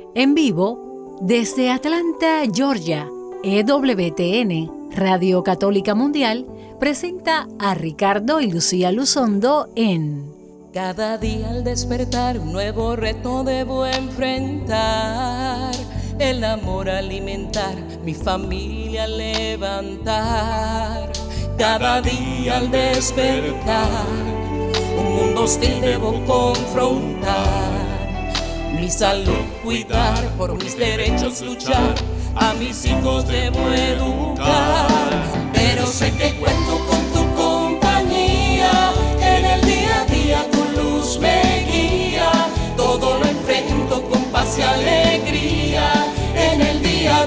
En vivo, desde Atlanta, Georgia, EWTN, Radio Católica Mundial, presenta a Ricardo y Lucía Luzondo en Cada día al despertar un nuevo reto debo enfrentar. El amor alimentar, mi familia levantar. Cada día al despertar un mundo hostil debo confrontar. Mi salud cuidar, por mis derechos luchar. A mis hijos debo educar. Pero sé que cuento con tu compañía. En el día a día tu luz me guía. Todo lo enfrento con paz y alegría. En el día a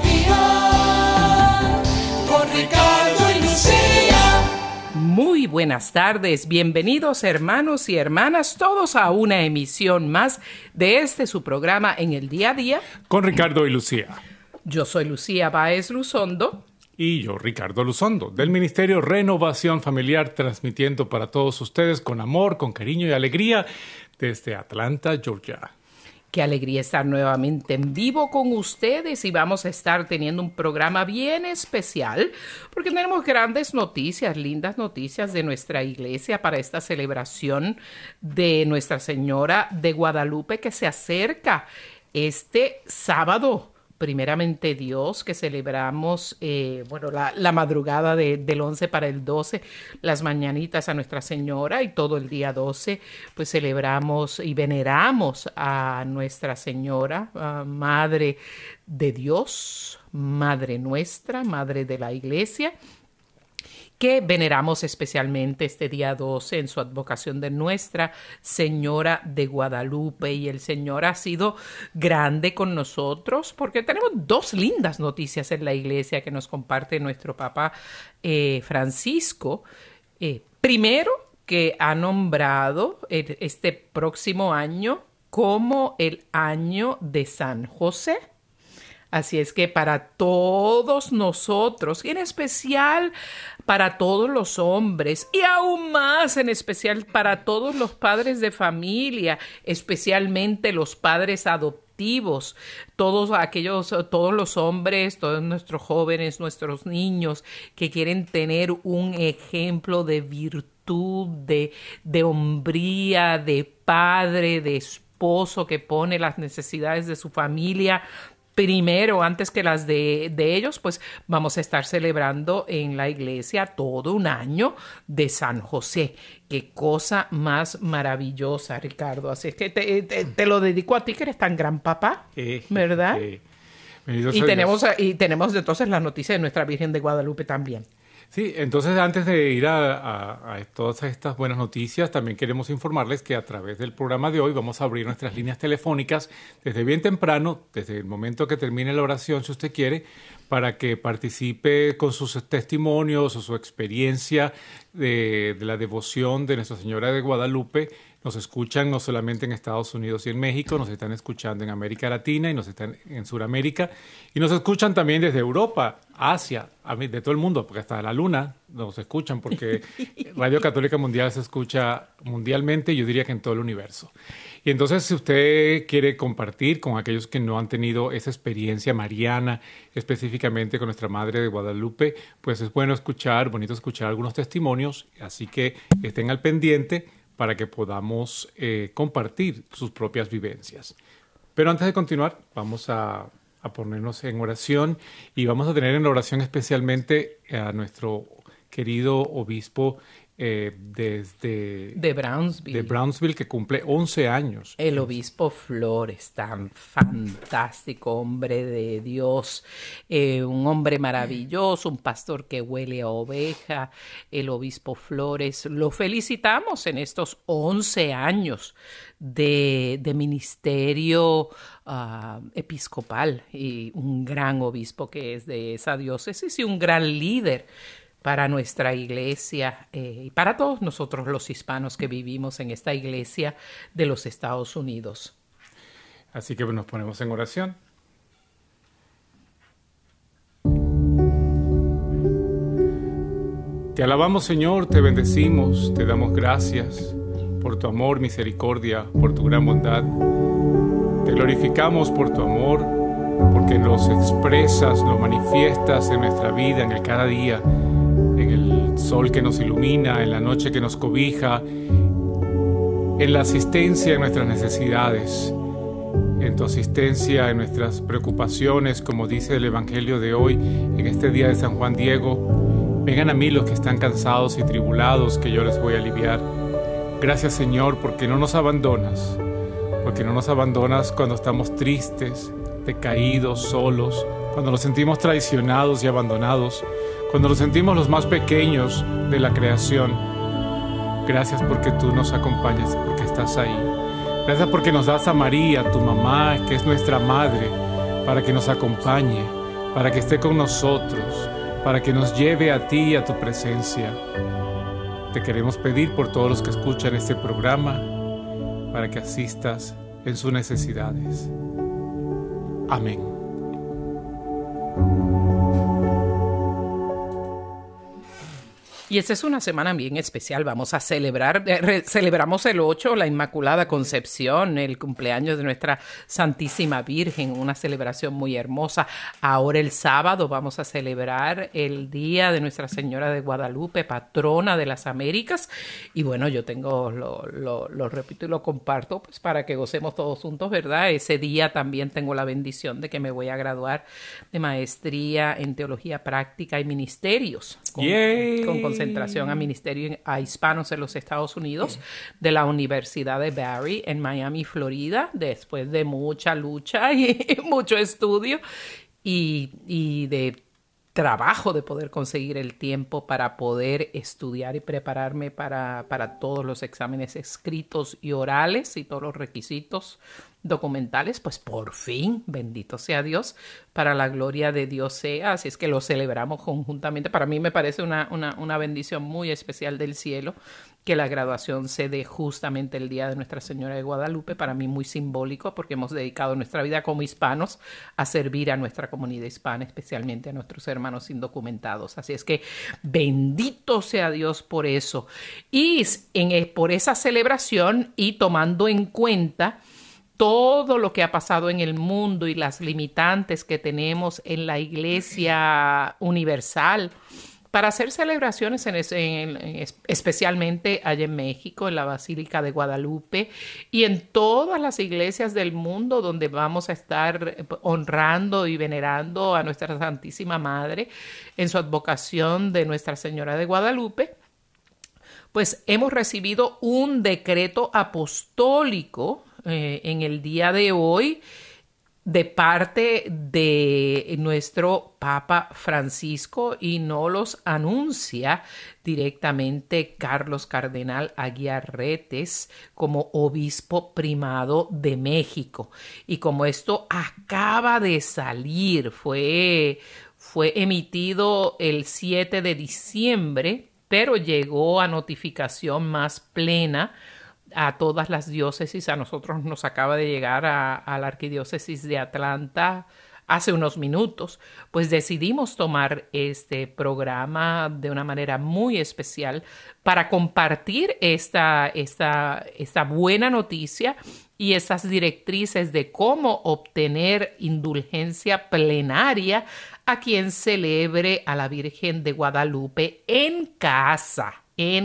día con Ricardo y Lucía. Muy buenas tardes, bienvenidos hermanos y hermanas todos a una emisión más de su programa En el Día a Día con Ricardo y Lucía. Yo soy Lucía Báez Luzondo. Y yo, Ricardo Luzondo, del Ministerio Renovación Familiar, transmitiendo para todos ustedes con amor, con cariño y alegría desde Atlanta, Georgia. Qué alegría estar nuevamente en vivo con ustedes y vamos a estar teniendo un programa bien especial porque tenemos grandes noticias, lindas noticias de nuestra iglesia para esta celebración de Nuestra Señora de Guadalupe que se acerca este sábado. Primeramente Dios, que celebramos la madrugada del 11 para el 12, las mañanitas a Nuestra Señora, y todo el día 12 pues celebramos y veneramos a Nuestra Señora, Madre de Dios, Madre nuestra, Madre de la Iglesia, que veneramos especialmente este día 12 en su advocación de Nuestra Señora de Guadalupe. Y el Señor ha sido grande con nosotros porque tenemos dos lindas noticias en la iglesia que nos comparte nuestro Papa Francisco. Primero, que ha nombrado este próximo año como el año de San José. Así es que para todos nosotros, y en especial para todos los hombres, y aún más en especial para todos los padres de familia, especialmente los padres adoptivos, todos los hombres, todos nuestros jóvenes, nuestros niños que quieren tener un ejemplo de virtud, de hombría, de padre, de esposo que pone las necesidades de su familia primero, antes que las de ellos, pues vamos a estar celebrando en la iglesia todo un año de San José. Qué cosa más maravillosa, Ricardo. Así es que te lo dedico a ti, que eres tan gran papá, ¿verdad? Y tenemos entonces la noticia de Nuestra Virgen de Guadalupe también. Sí, entonces antes de ir a todas estas buenas noticias, también queremos informarles que a través del programa de hoy vamos a abrir nuestras líneas telefónicas desde bien temprano, desde el momento que termine la oración, si usted quiere, para que participe con sus testimonios o su experiencia de la devoción de Nuestra Señora de Guadalupe. Nos escuchan no solamente en Estados Unidos y en México, nos están escuchando en América Latina y nos están en Sudamérica. Y nos escuchan también desde Europa, Asia, de todo el mundo, porque hasta la Luna nos escuchan, porque Radio Católica Mundial se escucha mundialmente, yo diría que en todo el universo. Y entonces, si usted quiere compartir con aquellos que no han tenido esa experiencia mariana, específicamente con Nuestra Madre de Guadalupe, pues es bonito escuchar algunos testimonios, así que estén al pendiente para que podamos compartir sus propias vivencias. Pero antes de continuar, vamos a ponernos en oración y vamos a tener en la oración especialmente a nuestro querido obispo de Brownsville, que cumple 11 años. El obispo Flores, tan fantástico, hombre de Dios, un hombre maravilloso, un pastor que huele a oveja. El obispo Flores, lo felicitamos en estos 11 años de ministerio episcopal, y un gran obispo que es de esa diócesis y un gran líder para nuestra iglesia y para todos nosotros los hispanos que vivimos en esta iglesia de los Estados Unidos. Así que nos ponemos en oración. Te alabamos, Señor, te bendecimos, te damos gracias por tu amor, misericordia, por tu gran bondad. Te glorificamos por tu amor, porque los expresas, lo manifiestas en nuestra vida, en el cada día, en el sol que nos ilumina, en la noche que nos cobija, en la asistencia en nuestras necesidades, en tu asistencia en nuestras preocupaciones, como dice el Evangelio de hoy, en este día de San Juan Diego. Vengan a mí los que están cansados y tribulados, que yo les voy a aliviar. Gracias, Señor, porque no nos abandonas cuando estamos tristes, decaídos, solos, cuando nos sentimos traicionados y abandonados, cuando nos sentimos los más pequeños de la creación. Gracias porque tú nos acompañas, porque estás ahí. Gracias porque nos das a María, tu mamá, que es nuestra madre, para que nos acompañe, para que esté con nosotros, para que nos lleve a ti y a tu presencia. Te queremos pedir por todos los que escuchan este programa, para que asistas en sus necesidades. Amén. Y esta es una semana bien especial. Vamos a celebrar, celebramos el 8, la Inmaculada Concepción, el cumpleaños de nuestra Santísima Virgen, una celebración muy hermosa. Ahora el sábado vamos a celebrar el Día de Nuestra Señora de Guadalupe, patrona de las Américas. Y bueno, yo tengo, lo repito y lo comparto, pues para que gocemos todos juntos, ¿verdad? Ese día también tengo la bendición de que me voy a graduar de maestría en Teología Práctica y Ministerios. Con concentración a ministerio a hispanos en los Estados Unidos, de la Universidad de Barry en Miami, Florida, después de mucha lucha y mucho estudio y de trabajo de poder conseguir el tiempo para poder estudiar y prepararme para todos los exámenes escritos y orales y todos los requisitos documentales. Pues por fin, bendito sea Dios, para la gloria de Dios sea. Así es que lo celebramos conjuntamente. Para mí me parece una bendición muy especial del cielo que la graduación se dé justamente el día de Nuestra Señora de Guadalupe. Para mí muy simbólico, porque hemos dedicado nuestra vida como hispanos a servir a nuestra comunidad hispana, especialmente a nuestros hermanos indocumentados. Así es que bendito sea Dios por eso. Y por esa celebración y tomando en cuenta todo lo que ha pasado en el mundo y las limitantes que tenemos en la Iglesia Universal, para hacer celebraciones especialmente allá en México, en la Basílica de Guadalupe y en todas las iglesias del mundo donde vamos a estar honrando y venerando a nuestra Santísima Madre en su advocación de Nuestra Señora de Guadalupe. Pues hemos recibido un decreto apostólico en el día de hoy de parte de nuestro Papa Francisco, y nos los anuncia directamente Carlos Cardenal Aguiarretes como obispo primado de México. Y como esto acaba de salir, fue emitido el 7 de diciembre, pero llegó a notificación más plena a todas las diócesis. A nosotros nos acaba de llegar a la arquidiócesis de Atlanta hace unos minutos. Pues decidimos tomar este programa de una manera muy especial para compartir esta buena noticia y esas directrices de cómo obtener indulgencia plenaria a quien celebre a la Virgen de Guadalupe en casa.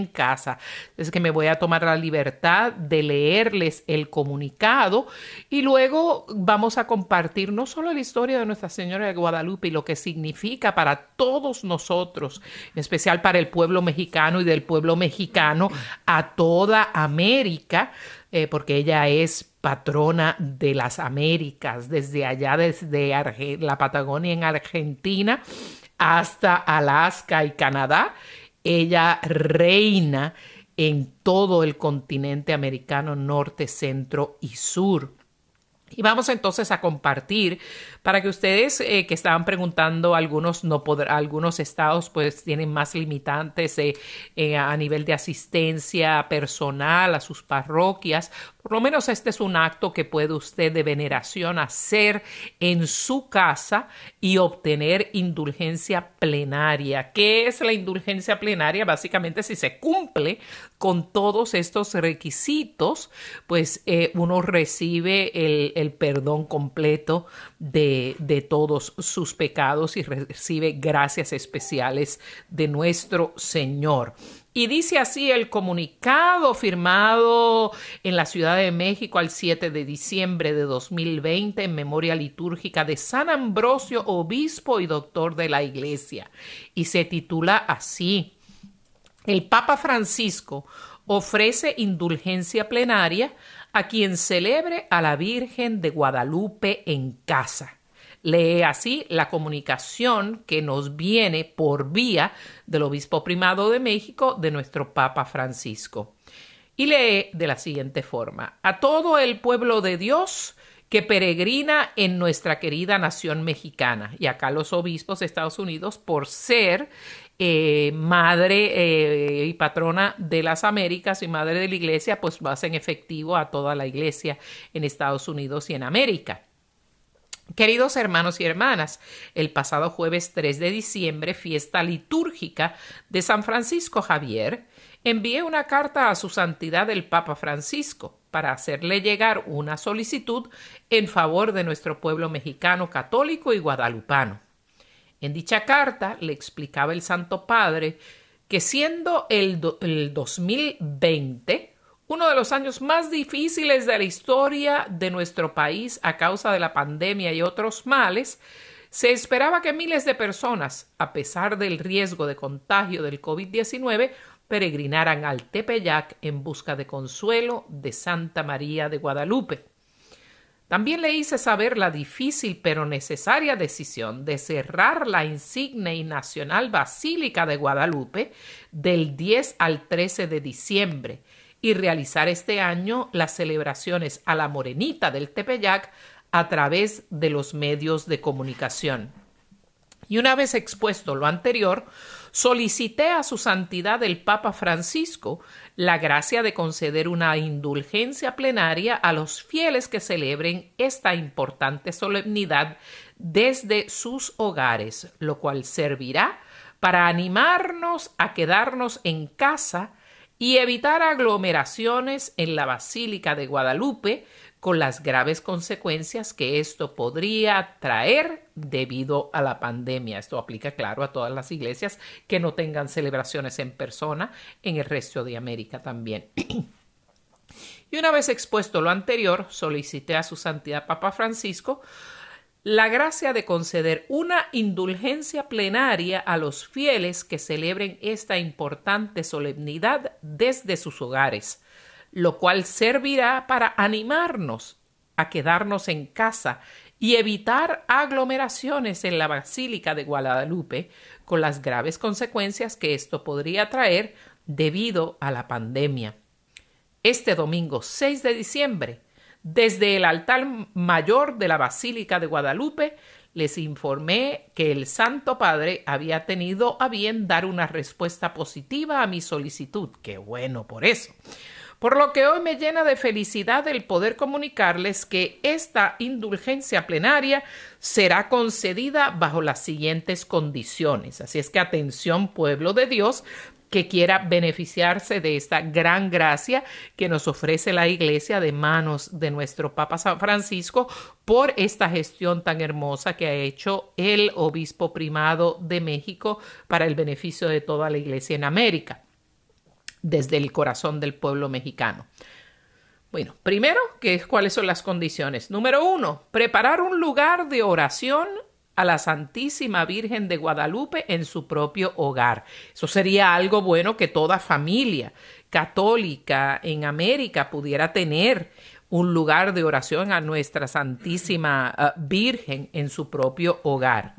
Es que me voy a tomar la libertad de leerles el comunicado y luego vamos a compartir no solo la historia de Nuestra Señora de Guadalupe y lo que significa para todos nosotros, en especial para el pueblo mexicano y del pueblo mexicano a toda América, porque ella es patrona de las Américas, desde allá, desde la Patagonia en Argentina hasta Alaska y Canadá. Ella reina en todo el continente americano, norte, centro y sur. Y vamos entonces a compartir para que ustedes que estaban preguntando, algunos estados pues tienen más limitantes a nivel de asistencia personal a sus parroquias. Por lo menos este es un acto que puede usted de veneración hacer en su casa y obtener indulgencia plenaria. ¿Qué es la indulgencia plenaria? Básicamente, si se cumple con todos estos requisitos, pues uno recibe el perdón completo de todos sus pecados y recibe gracias especiales de nuestro Señor. Y dice así el comunicado firmado en la Ciudad de México el 7 de diciembre de 2020 en memoria litúrgica de San Ambrosio, obispo y doctor de la Iglesia. Y se titula así: el Papa Francisco ofrece indulgencia plenaria a quien celebre a la Virgen de Guadalupe en casa. Lee así la comunicación que nos viene por vía del Obispo Primado de México de nuestro Papa Francisco. Y lee de la siguiente forma: a todo el pueblo de Dios que peregrina en nuestra querida nación mexicana. Y acá los obispos de Estados Unidos, por ser madre y patrona de las Américas y madre de la Iglesia, pues hacen efectivo a toda la Iglesia en Estados Unidos y en América. Queridos hermanos y hermanas, el pasado jueves 3 de diciembre, fiesta litúrgica de San Francisco Javier, envié una carta a su santidad el Papa Francisco para hacerle llegar una solicitud en favor de nuestro pueblo mexicano católico y guadalupano. En dicha carta le explicaba el Santo Padre que siendo el 2020 uno de los años más difíciles de la historia de nuestro país a causa de la pandemia y otros males, se esperaba que miles de personas, a pesar del riesgo de contagio del COVID-19, peregrinaran al Tepeyac en busca de consuelo de Santa María de Guadalupe. También le hice saber la difícil pero necesaria decisión de cerrar la insigne y nacional Basílica de Guadalupe del 10 al 13 de diciembre y realizar este año las celebraciones a la Morenita del Tepeyac a través de los medios de comunicación. Y una vez expuesto lo anterior, solicité a su santidad el Papa Francisco la gracia de conceder una indulgencia plenaria a los fieles que celebren esta importante solemnidad desde sus hogares, lo cual servirá para animarnos a quedarnos en casa y evitar aglomeraciones en la Basílica de Guadalupe con las graves consecuencias que esto podría traer debido a la pandemia. Esto aplica, claro, a todas las iglesias que no tengan celebraciones en persona en el resto de América también. Y una vez expuesto lo anterior, solicité a su santidad Papa Francisco la gracia de conceder una indulgencia plenaria a los fieles que celebren esta importante solemnidad desde sus hogares, lo cual servirá para animarnos a quedarnos en casa y evitar aglomeraciones en la Basílica de Guadalupe con las graves consecuencias que esto podría traer debido a la pandemia. Este domingo 6 de diciembre, desde el altar mayor de la Basílica de Guadalupe, les informé que el Santo Padre había tenido a bien dar una respuesta positiva a mi solicitud. ¡Qué bueno por eso! Por lo que hoy me llena de felicidad el poder comunicarles que esta indulgencia plenaria será concedida bajo las siguientes condiciones. Así es que atención, pueblo de Dios, que quiera beneficiarse de esta gran gracia que nos ofrece la Iglesia de manos de nuestro Papa San Francisco por esta gestión tan hermosa que ha hecho el Obispo Primado de México para el beneficio de toda la Iglesia en América, desde el corazón del pueblo mexicano. Bueno, primero, ¿cuáles son las condiciones? Número 1, preparar un lugar de oración a la Santísima Virgen de Guadalupe en su propio hogar. Eso sería algo bueno que toda familia católica en América pudiera tener un lugar de oración a nuestra Santísima Virgen en su propio hogar.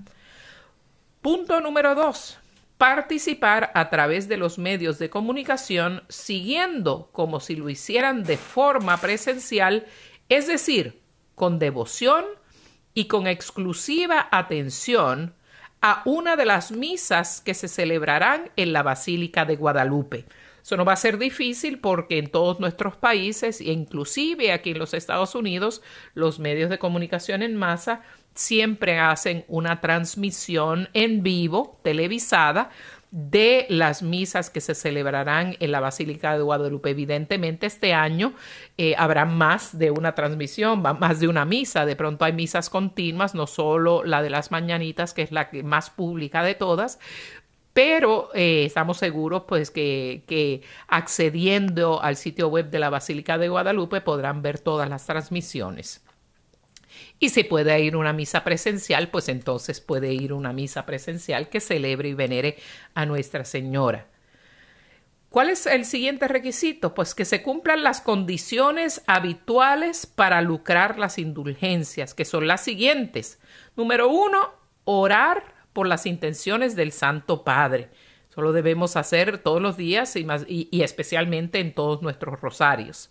Punto número 2. Participar a través de los medios de comunicación siguiendo como si lo hicieran de forma presencial, es decir, con devoción y con exclusiva atención a una de las misas que se celebrarán en la Basílica de Guadalupe. Eso no va a ser difícil porque en todos nuestros países, e inclusive aquí en los Estados Unidos, los medios de comunicación en masa siempre hacen una transmisión en vivo, televisada, de las misas que se celebrarán en la Basílica de Guadalupe. Evidentemente este año habrá más de una transmisión, más de una misa. De pronto hay misas continuas, no solo la de las mañanitas, que es la más pública de todas, pero estamos seguros pues que accediendo al sitio web de la Basílica de Guadalupe podrán ver todas las transmisiones. Y si puede ir a una misa presencial, pues entonces puede ir a una misa presencial que celebre y venere a Nuestra Señora. ¿Cuál es el siguiente requisito? Pues que se cumplan las condiciones habituales para lucrar las indulgencias, que son las siguientes. Número 1, orar por las intenciones del Santo Padre. Eso lo debemos hacer todos los días y especialmente en todos nuestros rosarios.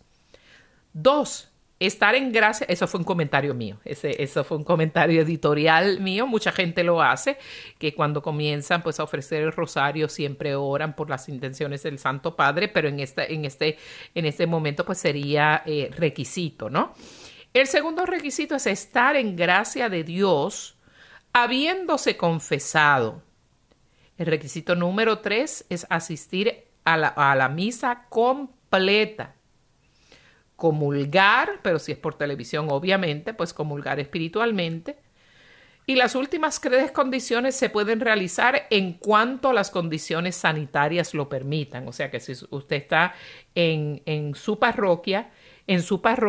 2, estar en gracia. Eso fue un comentario mío, eso fue un comentario editorial mío. Mucha gente lo hace, que cuando comienzan pues a ofrecer el rosario siempre oran por las intenciones del Santo Padre, pero en este momento pues sería requisito, ¿no? El segundo requisito es estar en gracia de Dios habiéndose confesado. El requisito número 3 es asistir a la misa completa. Comulgar, pero si es por televisión, obviamente, pues comulgar espiritualmente. Y las últimas 3 condiciones se pueden realizar en cuanto las condiciones sanitarias lo permitan. O sea que si usted está en su parroquia, en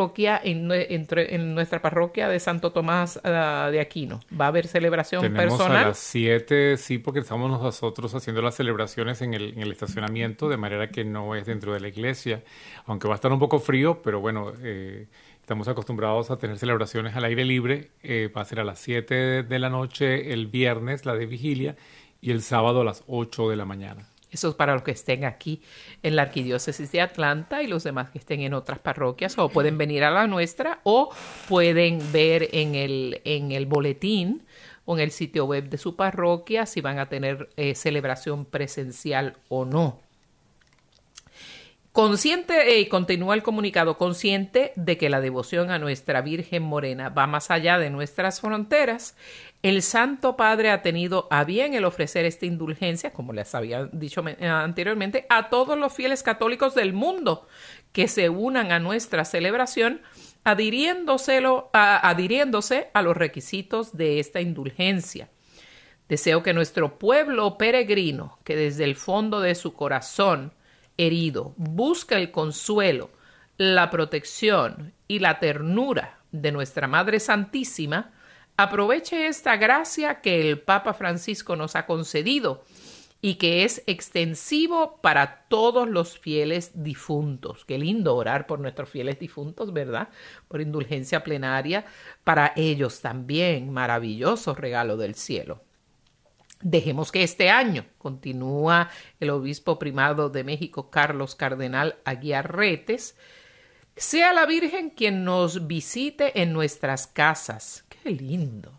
nuestra parroquia de Santo Tomás de Aquino, ¿va a haber celebración Tenemos personal? a las 7, sí, porque estamos nosotros haciendo las celebraciones en el estacionamiento, de manera que no es dentro de la iglesia, aunque va a estar un poco frío, pero bueno, estamos acostumbrados a tener celebraciones al aire libre. Va a ser a las 7 de la noche el viernes, la de vigilia, y el sábado a las 8 de la mañana. Eso es para los que estén aquí en la Arquidiócesis de Atlanta y los demás que estén en otras parroquias, o pueden venir a la nuestra o pueden ver en el boletín o en el sitio web de su parroquia si van a tener celebración presencial o no. Consciente, continúa el comunicado, consciente de que la devoción a Nuestra Virgen Morena va más allá de nuestras fronteras, el Santo Padre ha tenido a bien el ofrecer esta indulgencia, como les había dicho anteriormente, a todos los fieles católicos del mundo que se unan a nuestra celebración, adhiriéndose a los requisitos de esta indulgencia. Deseo que nuestro pueblo peregrino, que desde el fondo de su corazón herido busca el consuelo, la protección y la ternura de nuestra Madre Santísima, aproveche esta gracia que el Papa Francisco nos ha concedido y que es extensivo para todos los fieles difuntos. Qué lindo orar por nuestros fieles difuntos, ¿verdad? Por indulgencia plenaria para ellos también. Maravilloso regalo del cielo. Dejemos que este año, continúa el obispo primado de México, Carlos Cardenal Aguiar Retes, sea la Virgen quien nos visite en nuestras casas. ¡Qué lindo!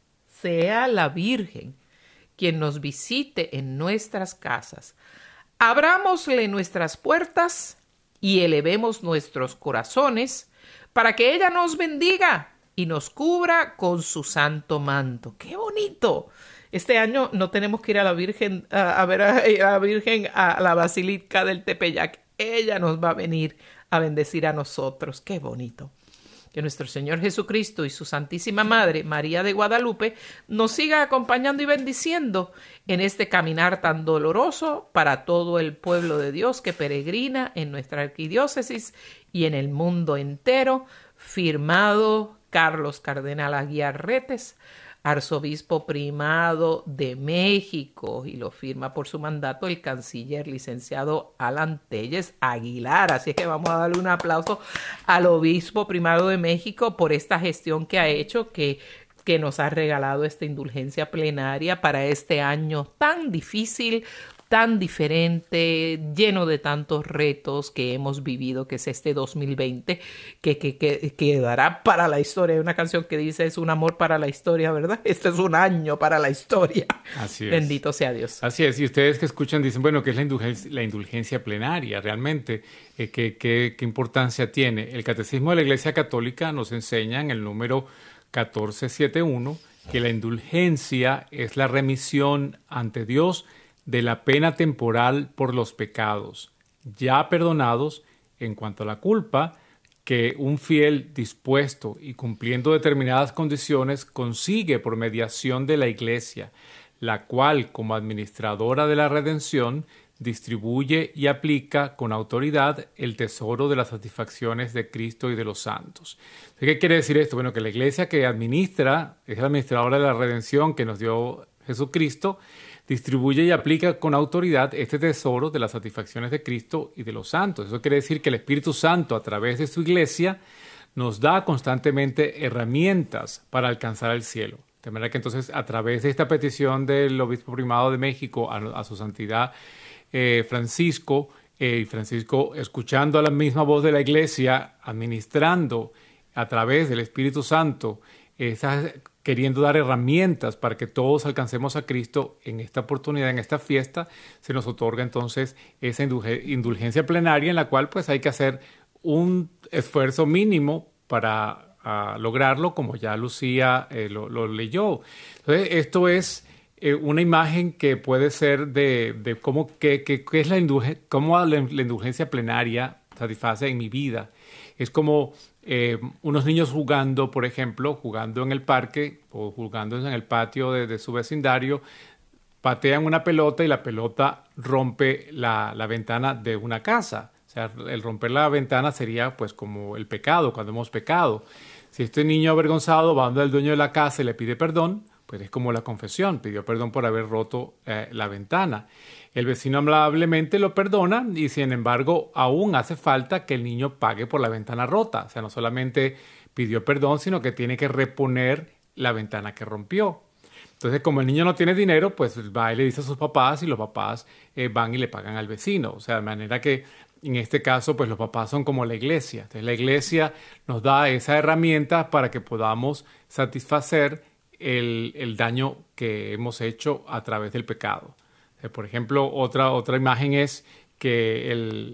Sea la Virgen quien nos visite en nuestras casas. Abrámosle nuestras puertas y elevemos nuestros corazones para que ella nos bendiga y nos cubra con su santo manto. ¡Qué bonito! Este año no tenemos que ir a la Virgen a ver a la Virgen a la Basílica del Tepeyac. Ella nos va a venir a bendecir a nosotros. ¡Qué bonito! Que nuestro Señor Jesucristo y su Santísima Madre, María de Guadalupe, nos siga acompañando y bendiciendo en este caminar tan doloroso para todo el pueblo de Dios que peregrina en nuestra arquidiócesis y en el mundo entero. Firmado Carlos Cardenal Aguiar Retes, arzobispo primado de México, y lo firma por su mandato el canciller licenciado Alan Telles Aguilar. Así es que vamos a darle un aplauso al obispo primado de México por esta gestión que ha hecho, que nos ha regalado esta indulgencia plenaria para este año tan difícil, tan diferente, lleno de tantos retos que hemos vivido, que es este 2020, que quedará para la historia. Hay una canción que dice, es un amor para la historia, ¿verdad? Este es un año para la historia. Así es. Bendito sea Dios. Así es. Y ustedes que escuchan dicen, bueno, ¿qué es la indulgencia plenaria? Realmente, ¿qué importancia tiene? El Catecismo de la Iglesia Católica nos enseña en el número 1471 que la indulgencia es la remisión ante Dios de la pena temporal por los pecados, ya perdonados en cuanto a la culpa, que un fiel dispuesto y cumpliendo determinadas condiciones consigue por mediación de la Iglesia, la cual, como administradora de la redención, distribuye y aplica con autoridad el tesoro de las satisfacciones de Cristo y de los santos. ¿Qué quiere decir esto? Bueno, que la Iglesia que administra, es la administradora de la redención que nos dio Jesucristo, distribuye y aplica con autoridad este tesoro de las satisfacciones de Cristo y de los santos. Eso quiere decir que el Espíritu Santo, a través de su Iglesia, nos da constantemente herramientas para alcanzar el cielo. De manera que entonces, a través de esta petición del Obispo Primado de México a su santidad Francisco, Francisco, escuchando a la misma voz de la Iglesia, administrando a través del Espíritu Santo, queriendo dar herramientas para que todos alcancemos a Cristo, en esta oportunidad, en esta fiesta, se nos otorga entonces esa indulgencia plenaria en la cual pues hay que hacer un esfuerzo mínimo para lograrlo, como ya Lucía lo leyó. Entonces, esto es una imagen que puede ser de cómo es cómo la indulgencia plenaria satisface en mi vida. Es como unos niños jugando, por ejemplo, jugando en el parque o jugando en el patio de su vecindario, patean una pelota y la pelota rompe la ventana de una casa. O sea, el romper la ventana sería pues como el pecado, cuando hemos pecado. Si este niño avergonzado va donde el dueño de la casa y le pide perdón, pues es como la confesión, pidió perdón por haber roto la ventana. El vecino amablemente lo perdona y sin embargo aún hace falta que el niño pague por la ventana rota. O sea, no solamente pidió perdón, sino que tiene que reponer la ventana que rompió. Entonces, como el niño no tiene dinero, pues va y le dice a sus papás y los papás van y le pagan al vecino. O sea, de manera que en este caso, pues los papás son como la Iglesia. Entonces, la Iglesia nos da esa herramienta para que podamos satisfacer el daño que hemos hecho a través del pecado. Por ejemplo, otra imagen es que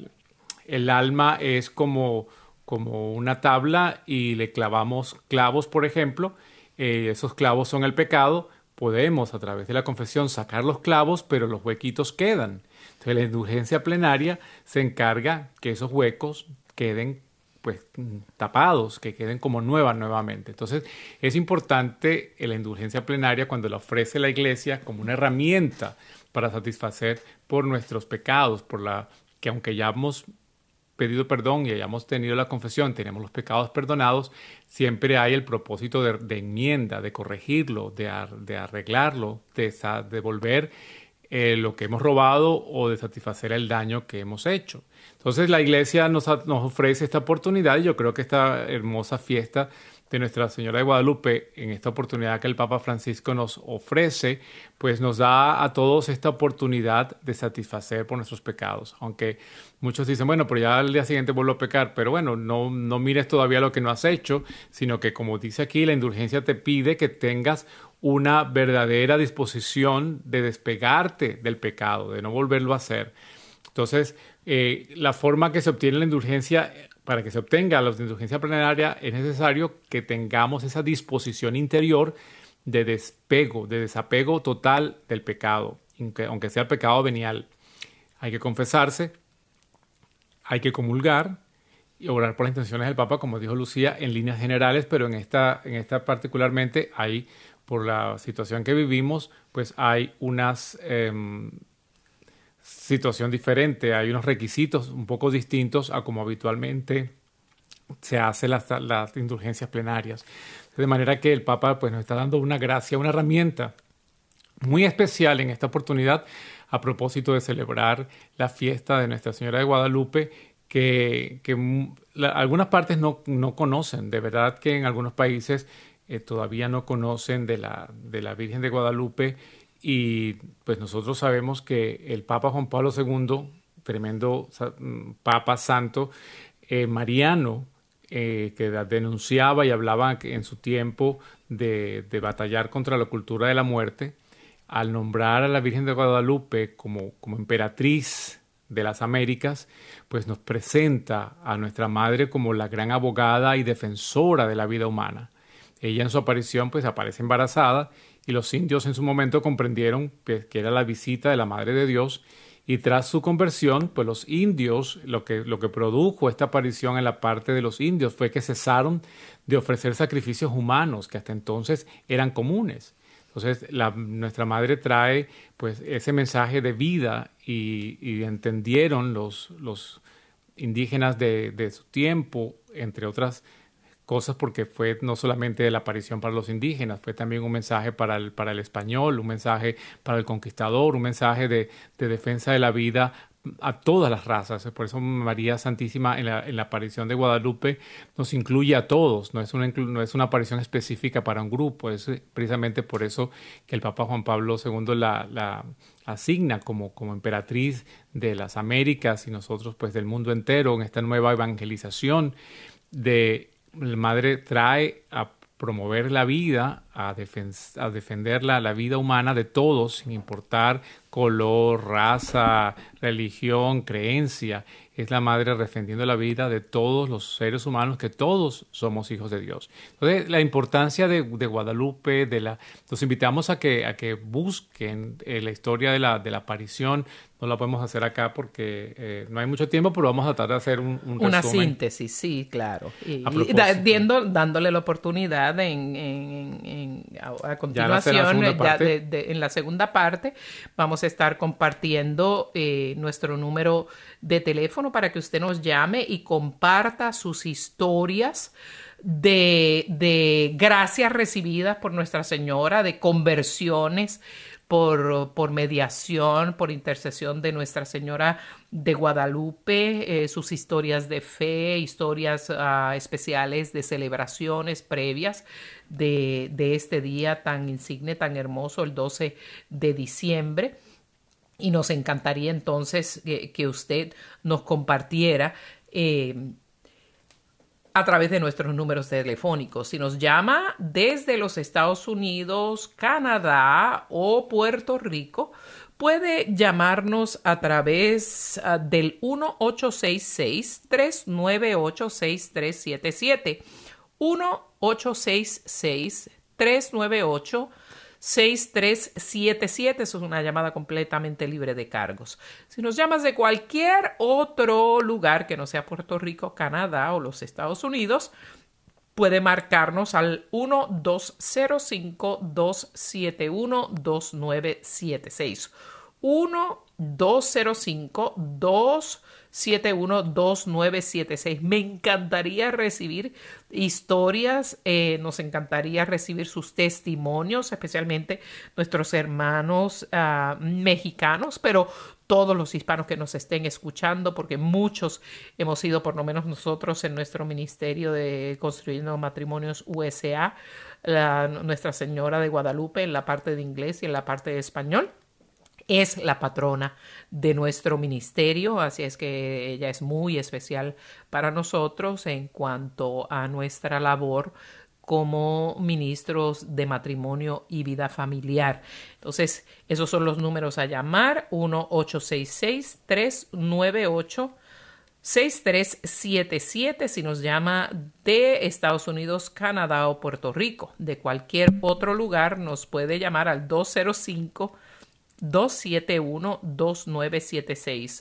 el alma es como una tabla y le clavamos clavos, por ejemplo. Esos clavos son el pecado. Podemos, a través de la confesión, sacar los clavos, pero los huequitos quedan. Entonces, la indulgencia plenaria se encarga que esos huecos queden pues tapados, que queden como nuevamente. Entonces, es importante la indulgencia plenaria cuando la ofrece la Iglesia como una herramienta para satisfacer por nuestros pecados, que aunque ya hemos pedido perdón y hayamos tenido la confesión, tenemos los pecados perdonados, siempre hay el propósito de enmienda, de corregirlo, de arreglarlo, de devolver lo que hemos robado o de satisfacer el daño que hemos hecho. Entonces la Iglesia nos ofrece esta oportunidad y yo creo que esta hermosa fiesta de Nuestra Señora de Guadalupe, en esta oportunidad que el Papa Francisco nos ofrece, pues nos da a todos esta oportunidad de satisfacer por nuestros pecados. Aunque muchos dicen, bueno, pero ya al día siguiente vuelvo a pecar, pero bueno, no mires todavía lo que no has hecho, sino que como dice aquí, la indulgencia te pide que tengas una verdadera disposición de despegarte del pecado, de no volverlo a hacer. Entonces, la forma que se obtiene la indulgencia, para que se obtenga la indulgencia plenaria, es necesario que tengamos esa disposición interior de desapego total del pecado, aunque sea el pecado venial. Hay que confesarse, hay que comulgar y orar por las intenciones del Papa, como dijo Lucía, en líneas generales, pero en esta particularmente hay, por la situación que vivimos, pues hay unas situación diferente, hay unos requisitos un poco distintos a como habitualmente se hacen las indulgencias plenarias. De manera que el Papa pues, nos está dando una gracia, una herramienta muy especial en esta oportunidad a propósito de celebrar la fiesta de Nuestra Señora de Guadalupe, que algunas partes no conocen. De verdad que en algunos países todavía no conocen de la Virgen de Guadalupe. Y pues nosotros sabemos que el Papa Juan Pablo II, tremendo Papa Santo, mariano, que denunciaba y hablaba en su tiempo de batallar contra la cultura de la muerte, al nombrar a la Virgen de Guadalupe como emperatriz de las Américas, pues nos presenta a nuestra Madre como la gran abogada y defensora de la vida humana. Ella en su aparición pues aparece embarazada y los indios en su momento comprendieron que era la visita de la Madre de Dios. Y tras su conversión, pues los indios, lo que produjo esta aparición en la parte de los indios fue que cesaron de ofrecer sacrificios humanos, que hasta entonces eran comunes. Entonces, nuestra Madre trae pues ese mensaje de vida y entendieron los indígenas de su tiempo, entre otras cosas, porque fue no solamente la aparición para los indígenas, fue también un mensaje para el español, un mensaje para el conquistador, un mensaje de defensa de la vida a todas las razas. Por eso María Santísima en la aparición de Guadalupe nos incluye a todos, no es una aparición específica para un grupo. Es precisamente por eso que el Papa Juan Pablo II la asigna como emperatriz de las Américas y nosotros pues del mundo entero en esta nueva evangelización de la Madre trae a promover la vida, a defender la vida humana de todos, sin importar color, raza, religión, creencia. Es la Madre defendiendo la vida de todos los seres humanos, que todos somos hijos de Dios. Entonces, la importancia de Guadalupe, los invitamos a que busquen la historia de la aparición. No la podemos hacer acá porque no hay mucho tiempo, pero vamos a tratar de hacer un resumen. Una síntesis, sí, claro. Y dándole la oportunidad a continuación, en la segunda parte, vamos a estar compartiendo nuestro número de teléfono para que usted nos llame y comparta sus historias de gracias recibidas por Nuestra Señora, de conversiones por mediación, por intercesión de Nuestra Señora de Guadalupe, sus historias de fe, historias especiales de celebraciones previas de este día tan insigne, tan hermoso, el 12 de diciembre. Y nos encantaría entonces que usted nos compartiera a través de nuestros números telefónicos. Si nos llama desde los Estados Unidos, Canadá o Puerto Rico, puede llamarnos a través del 1-866-398-6377. 1-866-398-6377. Eso es una llamada completamente libre de cargos. Si nos llamas de cualquier otro lugar que no sea Puerto Rico, Canadá o los Estados Unidos, puede marcarnos al 1-205-271-2976. 1-205-271-2976. Me encantaría recibir historias, nos encantaría recibir sus testimonios, especialmente nuestros hermanos mexicanos, pero todos los hispanos que nos estén escuchando, porque muchos hemos sido, por lo menos nosotros en nuestro ministerio de Construyendo Matrimonios USA, Nuestra Señora de Guadalupe en la parte de inglés y en la parte de español. Es la patrona de nuestro ministerio, así es que ella es muy especial para nosotros en cuanto a nuestra labor como ministros de matrimonio y vida familiar. Entonces, esos son los números a llamar: 1-866-398-6377 si nos llama de Estados Unidos, Canadá o Puerto Rico. De cualquier otro lugar nos puede llamar al 205-271-2976.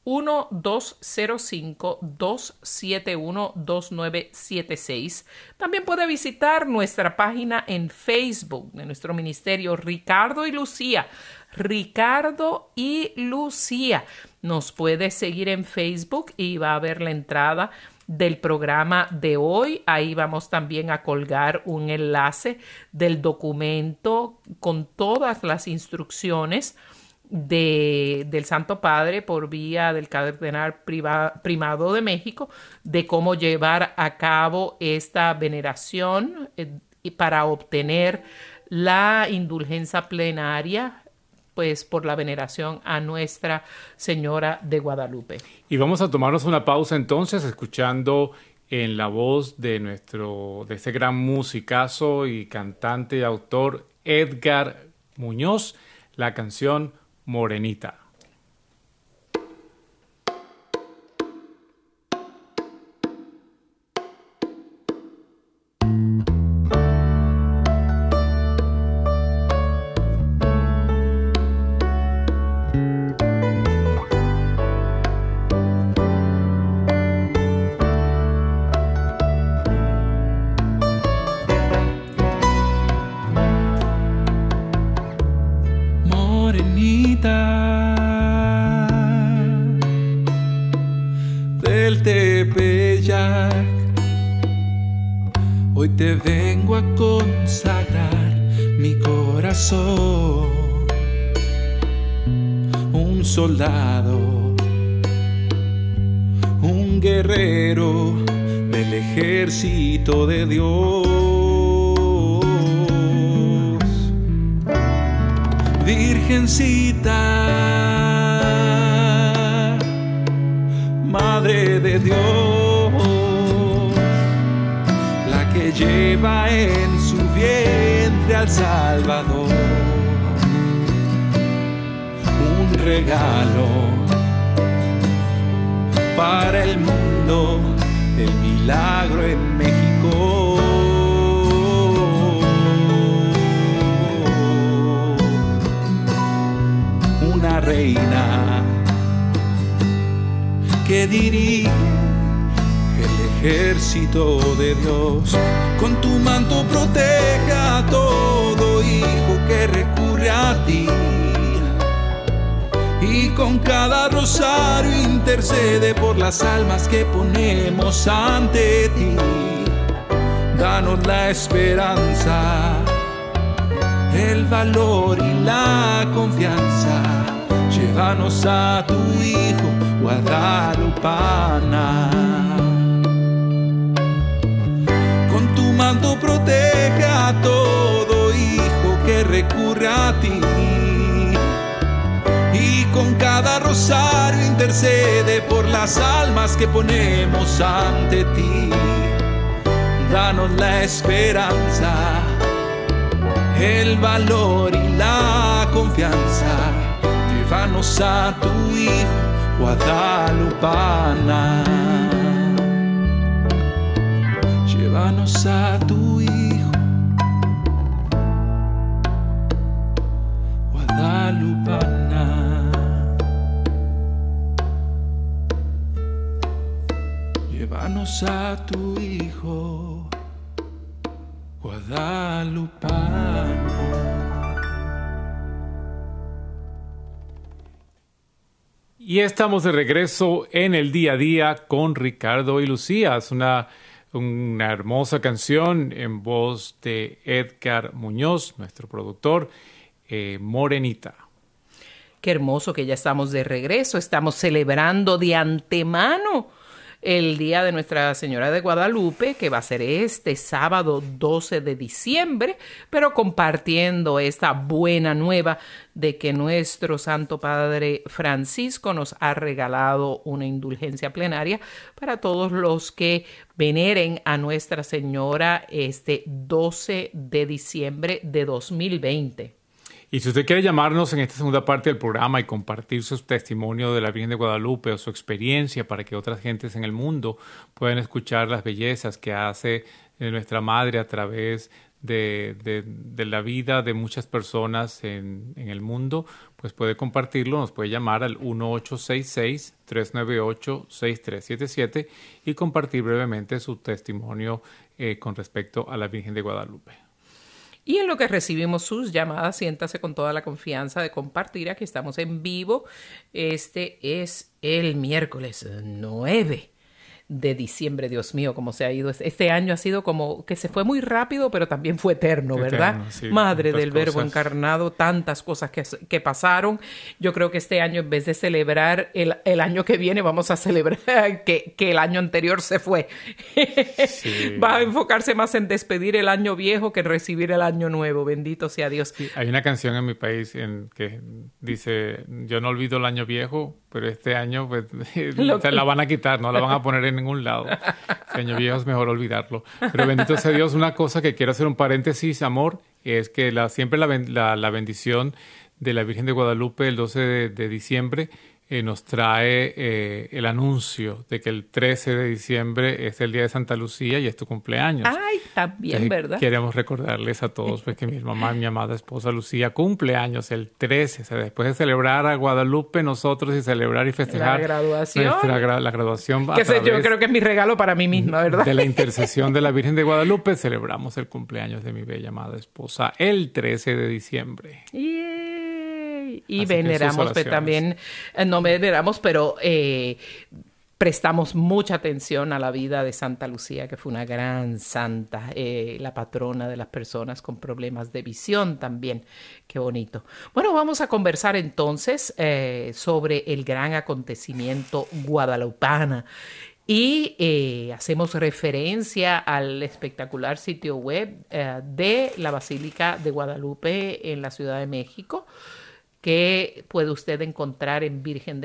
1-205-271-2976. También puede visitar nuestra página en Facebook de nuestro ministerio, Ricardo y Lucía. Ricardo y Lucía. Nos puede seguir en Facebook y va a ver la entrada del programa de hoy. Ahí vamos también a colgar un enlace del documento con todas las instrucciones del Santo Padre por vía del Cardenal Primado de México de cómo llevar a cabo esta veneración y para obtener la indulgencia plenaria, pues por la veneración a Nuestra Señora de Guadalupe. Y vamos a tomarnos una pausa entonces escuchando en la voz de ese gran musicazo y cantante y autor Edgar Muñoz la canción Morenita. Hoy te vengo a consagrar mi corazón, un soldado, un guerrero del ejército de Dios. Virgencita, Madre de Dios, la que lleva en su vientre al Salvador, un regalo para el mundo, el milagro en México. Una reina que dirige el ejército de Dios. Con tu manto proteja a todo hijo que recurre a ti, y con cada rosario intercede por las almas que ponemos ante ti. Danos la esperanza, el valor y la confianza. Llévanos a tu Hijo guadalupana. Con tu manto proteja a todo hijo que recurre a ti, y con cada rosario intercede por las almas que ponemos ante ti. Danos la esperanza, el valor y la confianza. Llévanos a tu Hijo guadalupana. Llévanos a tu Hijo guadalupana. Llévanos a tu Hijo guadalupana. Y estamos de regreso en el día a día con Ricardo y Lucía. Es una hermosa canción en voz de Edgar Muñoz, nuestro productor, Morenita. Qué hermoso que ya estamos de regreso. Estamos celebrando de antemano el Día de Nuestra Señora de Guadalupe, que va a ser este sábado 12 de diciembre, pero compartiendo esta buena nueva de que nuestro Santo Padre Francisco nos ha regalado una indulgencia plenaria para todos los que veneren a Nuestra Señora este 12 de diciembre de 2020. Y si usted quiere llamarnos en esta segunda parte del programa y compartir su testimonio de la Virgen de Guadalupe o su experiencia para que otras gentes en el mundo puedan escuchar las bellezas que hace nuestra Madre a través de la vida de muchas personas en el mundo, pues puede compartirlo, nos puede llamar al 1866-398-6377 y compartir brevemente su testimonio con respecto a la Virgen de Guadalupe. Y en lo que recibimos sus llamadas, siéntase con toda la confianza de compartir. Aquí estamos en vivo. Este es el miércoles 9 de diciembre. Dios mío, cómo se ha ido. Este año ha sido como que se fue muy rápido, pero también fue eterno, ¿verdad? Eterno, sí, Madre del Verbo encarnado, tantas cosas que pasaron. Yo creo que este año, en vez de celebrar el año que viene, vamos a celebrar que el año anterior se fue. Sí. Va a enfocarse más en despedir el año viejo que en recibir el año nuevo. Bendito sea Dios. Sí, hay una canción en mi país que dice, yo no olvido el año viejo, pero este año pues, se la van a quitar, no la van a poner en ningún lado. Este año viejo es mejor olvidarlo. Pero bendito sea Dios, una cosa que quiero hacer un paréntesis, amor, es que siempre la bendición de la Virgen de Guadalupe el 12 de diciembre nos trae el anuncio de que el 13 de diciembre es el día de Santa Lucía y es tu cumpleaños. Ay, también, ¿verdad? Queremos recordarles a todos pues, que mi mamá, mi amada esposa Lucía, cumpleaños el 13. O sea, después de celebrar a Guadalupe nosotros y celebrar y festejar la graduación. La graduación. Yo creo que es mi regalo para mí misma, ¿verdad? De la intercesión de la Virgen de Guadalupe celebramos el cumpleaños de mi bella amada esposa el 13 de diciembre. Y así veneramos, pero también, no veneramos, pero prestamos mucha atención a la vida de Santa Lucía, que fue una gran santa, la patrona de las personas con problemas de visión también. Qué bonito. Bueno, vamos a conversar entonces sobre el gran acontecimiento guadalupana. Y hacemos referencia al espectacular sitio web de la Basílica de Guadalupe en la Ciudad de México, que puede usted encontrar en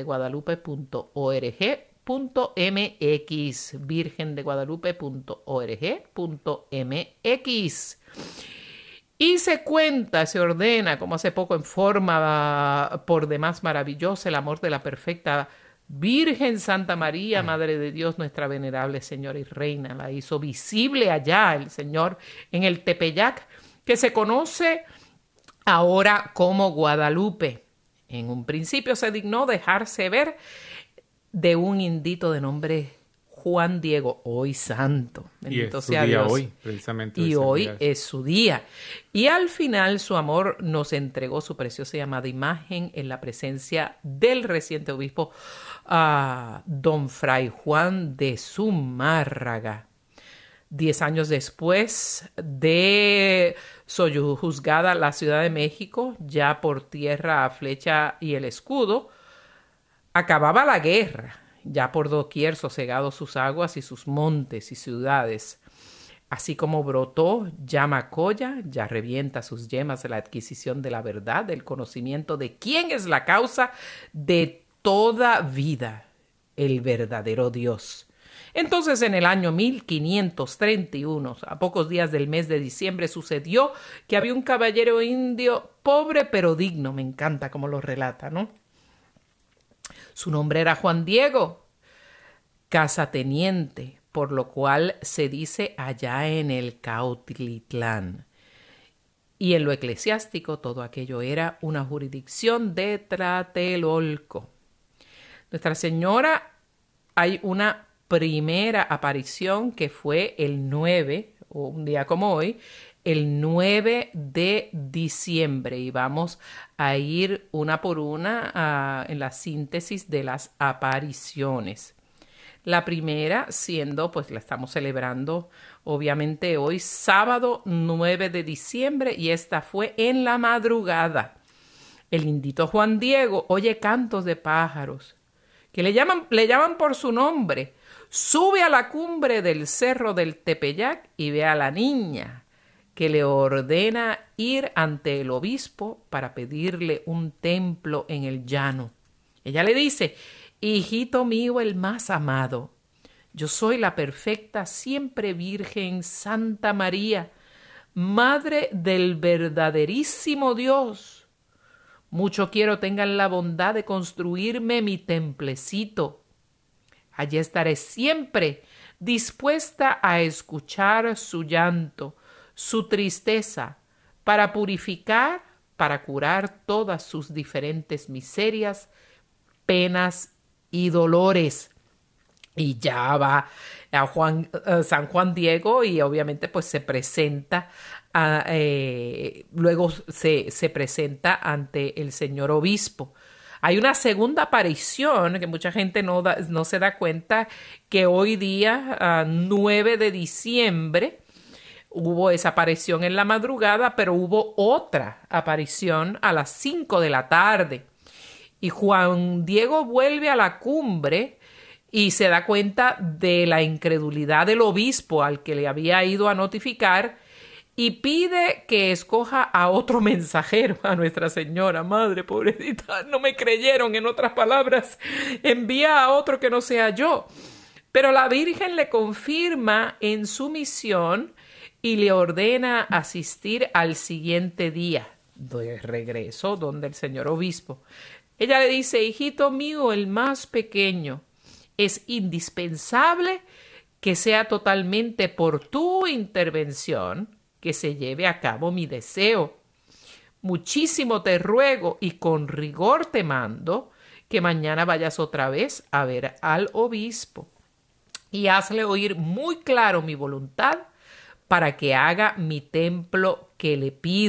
virgendeguadalupe.org.mx, virgendeguadalupe.org.mx. Y se ordena, como hace poco en forma por demás maravillosa, el amor de la perfecta Virgen Santa María, Madre de Dios, nuestra venerable Señora y Reina. La hizo visible allá el Señor en el Tepeyac, que se conoce ahora como Guadalupe. En un principio se dignó dejarse ver de un indito de nombre Juan Diego, hoy santo. Bendito sea Dios. Hoy, precisamente. Y hoy es su día. Y al final su amor nos entregó su preciosa y amada imagen en la presencia del reciente obispo don Fray Juan de Zumárraga. 10 años después de sojuzgada la Ciudad de México, ya por tierra, flecha y el escudo, acababa la guerra. Ya por doquier sosegados sus aguas y sus montes y ciudades. Así como brotó ya Macoya, ya revienta sus yemas la adquisición de la verdad, del conocimiento de quién es la causa de toda vida, el verdadero Dios. Entonces, en el año 1531, a pocos días del mes de diciembre, sucedió que había un caballero indio pobre pero digno. Me encanta cómo lo relata, ¿no? Su nombre era Juan Diego, casateniente, por lo cual se dice allá en el Cautitlán. Y en lo eclesiástico todo aquello era una jurisdicción de Tlatelolco. Nuestra Señora, hay una primera aparición que fue el 9, o un día como hoy, el 9 de diciembre, y vamos a ir una por una en la síntesis de las apariciones. La primera siendo, pues la estamos celebrando obviamente hoy, sábado 9 de diciembre, y esta fue en la madrugada. El indito Juan Diego oye cantos de pájaros que le llaman por su nombre. Sube a la cumbre del cerro del Tepeyac y ve a la niña, que le ordena ir ante el obispo para pedirle un templo en el llano. Ella le dice: hijito mío el más amado, yo soy la perfecta siempre Virgen Santa María, Madre del verdaderísimo Dios. Mucho quiero tengan la bondad de construirme mi templecito. Allí estaré siempre dispuesta a escuchar su llanto, su tristeza, para purificar, para curar todas sus diferentes miserias, penas y dolores. Y ya va a San Juan Diego y obviamente pues se presenta, luego se presenta ante el señor obispo. Hay una segunda aparición que mucha gente no se da cuenta, que hoy día, 9 de diciembre, hubo esa aparición en la madrugada, pero hubo otra aparición a las 5 de la tarde. Y Juan Diego vuelve a la cumbre y se da cuenta de la incredulidad del obispo al que le había ido a notificar, y pide que escoja a otro mensajero, a Nuestra Señora. Madre pobrecita, no me creyeron, en otras palabras, envía a otro que no sea yo. Pero la Virgen le confirma en su misión y le ordena asistir al siguiente día de regreso donde el señor obispo. Ella le dice: hijito mío, el más pequeño, es indispensable que sea totalmente por tu intervención que se lleve a cabo mi deseo. Muchísimo te ruego y con rigor te mando que mañana vayas otra vez a ver al obispo y hazle oír muy claro mi voluntad para que haga mi templo que le pido.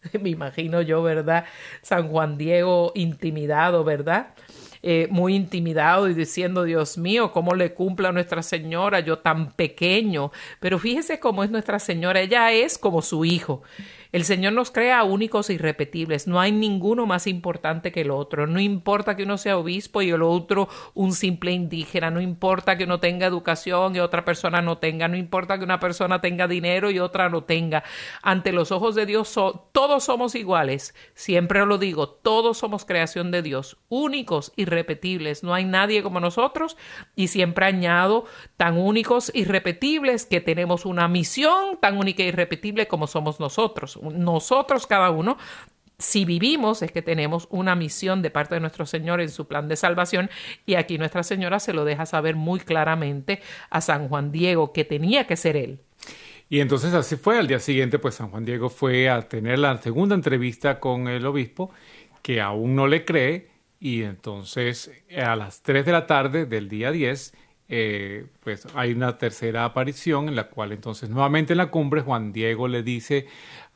Me imagino yo, ¿verdad? San Juan Diego intimidado, ¿verdad? Muy intimidado y diciendo, Dios mío, ¿cómo le cumpla a Nuestra Señora, yo tan pequeño? Pero fíjese cómo es Nuestra Señora, ella es como su hijo. El Señor nos crea únicos e irrepetibles. No hay ninguno más importante que el otro. No importa que uno sea obispo y el otro un simple indígena. No importa que uno tenga educación y otra persona no tenga. No importa que una persona tenga dinero y otra no tenga. Ante los ojos de Dios todos somos iguales. Siempre lo digo, todos somos creación de Dios. Únicos, irrepetibles. No hay nadie como nosotros y siempre añado tan únicos, irrepetibles que tenemos una misión tan única e irrepetible como somos nosotros. Nosotros cada uno, si vivimos, es que tenemos una misión de parte de nuestro Señor en su plan de salvación, y aquí Nuestra Señora se lo deja saber muy claramente a San Juan Diego, que tenía que ser él. Y entonces así fue. Al día siguiente, pues San Juan Diego fue a tener la segunda entrevista con el obispo, que aún no le cree, y entonces a las 3 de la tarde del día 10, pues hay una tercera aparición en la cual entonces nuevamente en la cumbre Juan Diego le dice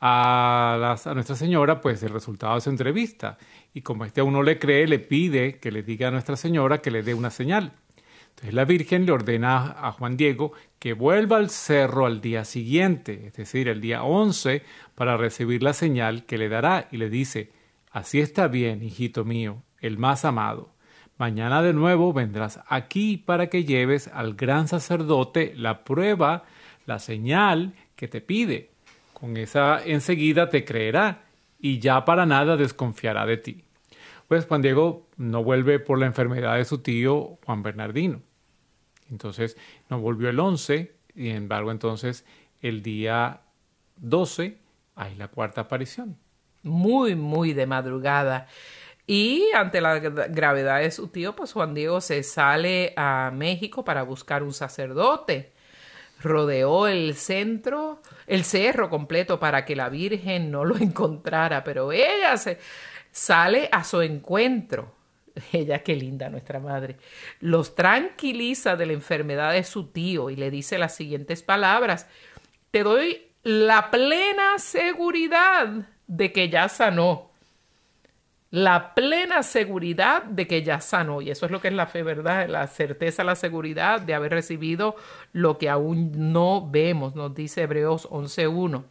a Nuestra Señora pues el resultado de su entrevista, y como aún no le cree, le pide que le diga a Nuestra Señora que le dé una señal. Entonces la Virgen le ordena a Juan Diego que vuelva al cerro al día siguiente, es decir, el día 11, para recibir la señal que le dará, y le dice: así está bien, hijito mío, el más amado. Mañana de nuevo vendrás aquí para que lleves al gran sacerdote la prueba, la señal que te pide. Con esa enseguida te creerá y ya para nada desconfiará de ti. Pues Juan Diego no vuelve por la enfermedad de su tío Juan Bernardino. Entonces no volvió el 11, y sin embargo entonces el día 12 hay la cuarta aparición. Muy, muy de madrugada. Y ante la gravedad de su tío, pues Juan Diego se sale a México para buscar un sacerdote. Rodeó el cerro completo para que la Virgen no lo encontrara, pero ella se sale a su encuentro. Ella, qué linda nuestra madre, los tranquiliza de la enfermedad de su tío y le dice las siguientes palabras: te doy la plena seguridad de que ya sanó. La plena seguridad de que ya sanó. Y eso es lo que es la fe, ¿verdad? La certeza, la seguridad de haber recibido lo que aún no vemos, nos dice Hebreos 11:1.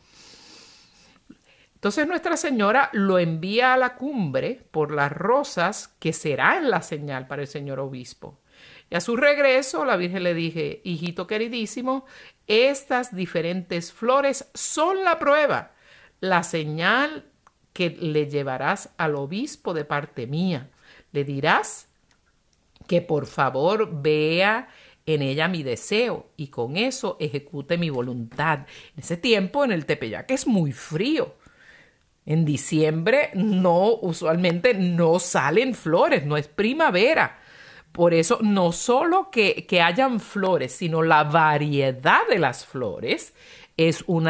Entonces Nuestra Señora lo envía a la cumbre por las rosas, que serán la señal para el señor obispo. Y a su regreso, la Virgen le dije: hijito queridísimo, estas diferentes flores son la prueba, la señal que le llevarás al obispo de parte mía. Le dirás que por favor vea en ella mi deseo y con eso ejecute mi voluntad. En ese tiempo en el Tepeyac es muy frío. En diciembre usualmente no salen flores, no es primavera. Por eso no solo que hayan flores, sino la variedad de las flores es un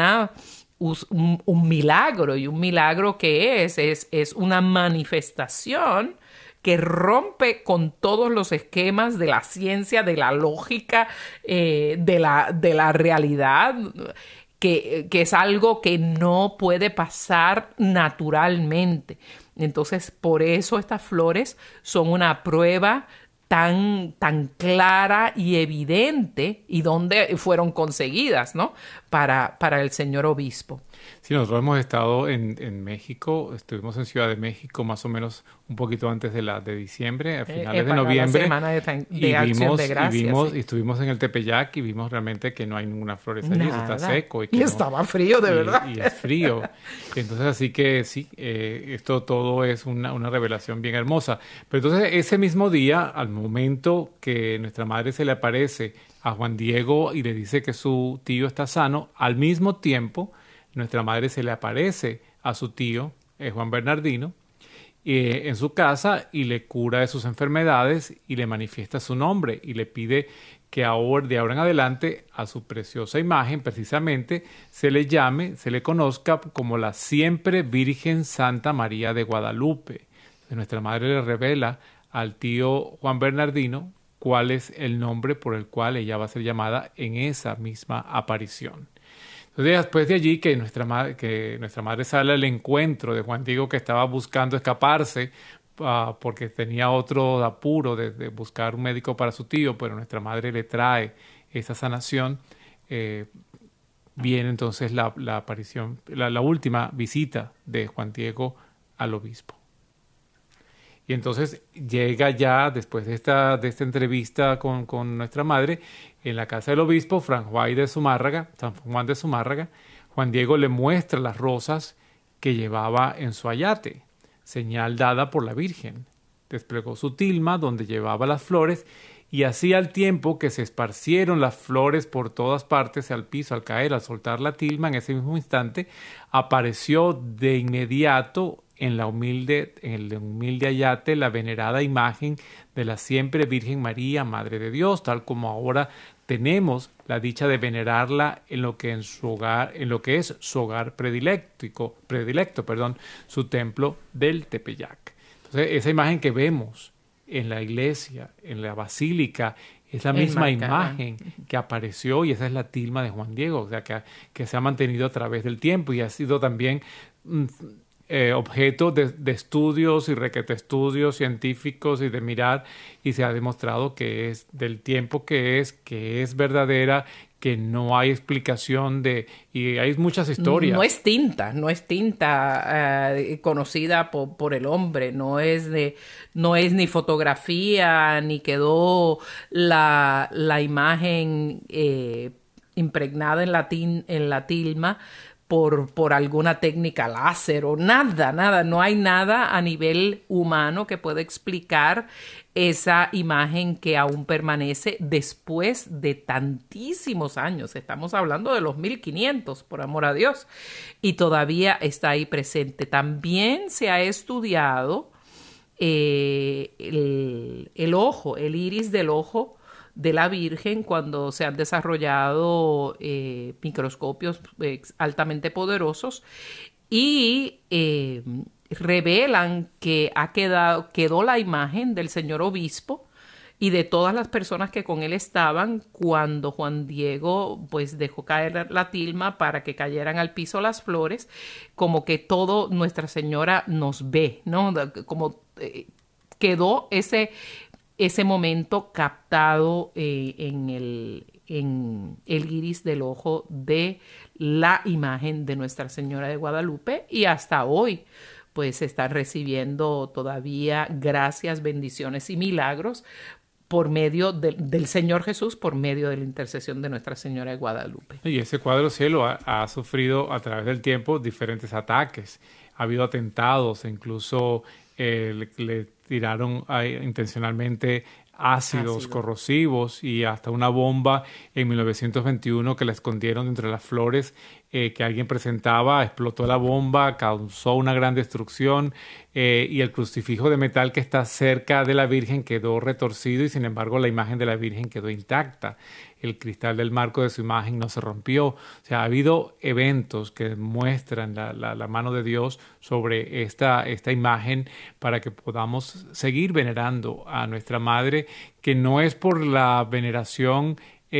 milagro, y un milagro que es una manifestación que rompe con todos los esquemas de la ciencia, de la lógica, de la realidad, que es algo que no puede pasar naturalmente. Entonces, por eso estas flores son una prueba tan clara y evidente, y dónde fueron conseguidas, ¿no? Para el señor obispo. Sí, nosotros hemos estado en México, estuvimos en Ciudad de México más o menos un poquito antes de diciembre, a finales de noviembre. La semana de Acción de Gracias. Y estuvimos en el Tepeyac y vimos realmente que no hay ninguna flores allí, está seco. Y estaba frío, de verdad. Y es frío. Entonces, así que sí, esto todo es una revelación bien hermosa. Pero entonces, ese mismo día, al momento que nuestra madre se le aparece a Juan Diego y le dice que su tío está sano, al mismo tiempo nuestra madre se le aparece a su tío, Juan Bernardino, en su casa, y le cura de sus enfermedades y le manifiesta su nombre y le pide que de ahora en adelante a su preciosa imagen precisamente se le conozca como la siempre Virgen Santa María de Guadalupe. Entonces, nuestra madre le revela al tío Juan Bernardino cuál es el nombre por el cual ella va a ser llamada en esa misma aparición. Entonces, después de allí que nuestra madre sale al encuentro de Juan Diego, que estaba buscando escaparse porque tenía otro apuro de buscar un médico para su tío, pero nuestra madre le trae esa sanación. Viene entonces la aparición, la última visita de Juan Diego al obispo. Y entonces llega ya, después de esta entrevista con nuestra madre, en la casa del obispo, San Juan de Zumárraga, Juan Diego le muestra las rosas que llevaba en su ayate, señal dada por la Virgen. Desplegó su tilma donde llevaba las flores, y así al tiempo que se esparcieron las flores por todas partes al piso, al caer, al soltar la tilma, en ese mismo instante apareció de inmediato en el humilde ayate la venerada imagen de la siempre Virgen María, Madre de Dios, tal como ahora tenemos la dicha de venerarla en lo que es su hogar predilecto, su templo del Tepeyac. Entonces, esa imagen que vemos en la iglesia, en la basílica, es la misma imagen que apareció, y esa es la tilma de Juan Diego, o sea, que se ha mantenido a través del tiempo y ha sido también objeto de estudios y requete estudios científicos y de mirar, y se ha demostrado que es del tiempo que es verdadera, que no hay explicación y hay muchas historias. No es tinta conocida por el hombre, no es ni fotografía, ni quedó la imagen impregnada en la tilma por alguna técnica láser o nada, no hay nada a nivel humano que pueda explicar esa imagen que aún permanece después de tantísimos años. Estamos hablando de los 1500, por amor a Dios, y todavía está ahí presente. También se ha estudiado el iris del ojo de la Virgen cuando se han desarrollado microscopios altamente poderosos, y revelan que quedó la imagen del señor obispo y de todas las personas que con él estaban cuando Juan Diego pues dejó caer la tilma para que cayeran al piso las flores, como que todo Nuestra Señora nos ve, ¿no? Como quedó ese momento captado en el iris del ojo de la imagen de Nuestra Señora de Guadalupe, y hasta hoy pues están recibiendo todavía gracias, bendiciones y milagros por medio del Señor Jesús, por medio de la intercesión de Nuestra Señora de Guadalupe. Y ese cuadro cielo ha sufrido a través del tiempo diferentes ataques. Ha habido atentados, incluso le tiraron intencionalmente ácidos corrosivos, y hasta una bomba en 1921 que la escondieron entre las flores que alguien presentaba, explotó la bomba, causó una gran destrucción, y el crucifijo de metal que está cerca de la Virgen quedó retorcido, y sin embargo la imagen de la Virgen quedó intacta. El cristal del marco de su imagen no se rompió. O sea, ha habido eventos que muestran la mano de Dios sobre esta imagen, para que podamos seguir venerando a nuestra Madre, que no es por la veneración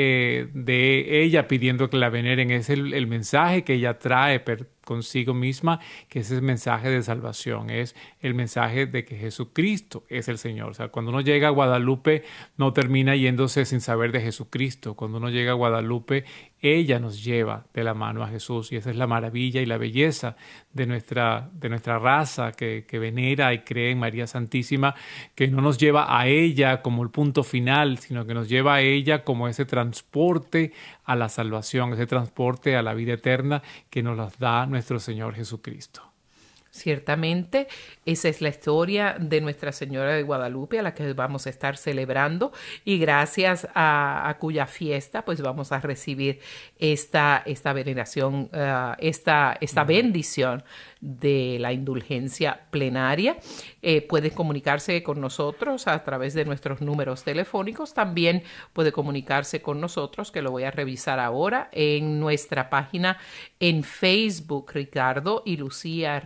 de ella pidiendo que la veneren, es el mensaje que ella trae consigo misma, que es el mensaje de salvación, es el mensaje de que Jesucristo es el Señor. O sea, cuando uno llega a Guadalupe no termina yéndose sin saber de Jesucristo. Cuando uno llega a Guadalupe, ella nos lleva de la mano a Jesús, y esa es la maravilla y la belleza de nuestra raza que venera y cree en María Santísima, que no nos lleva a ella como el punto final, sino que nos lleva a ella como ese transporte a la salvación, ese transporte a la vida eterna que nos las da nuestro Señor Jesucristo. Ciertamente, esa es la historia de Nuestra Señora de Guadalupe, a la que vamos a estar celebrando, y gracias a cuya fiesta pues vamos a recibir esta veneración, esta bendición de la indulgencia plenaria. Puede comunicarse con nosotros a través de nuestros números telefónicos. También puede comunicarse con nosotros, que lo voy a revisar ahora, en nuestra página en Facebook, Ricardo y Lucía,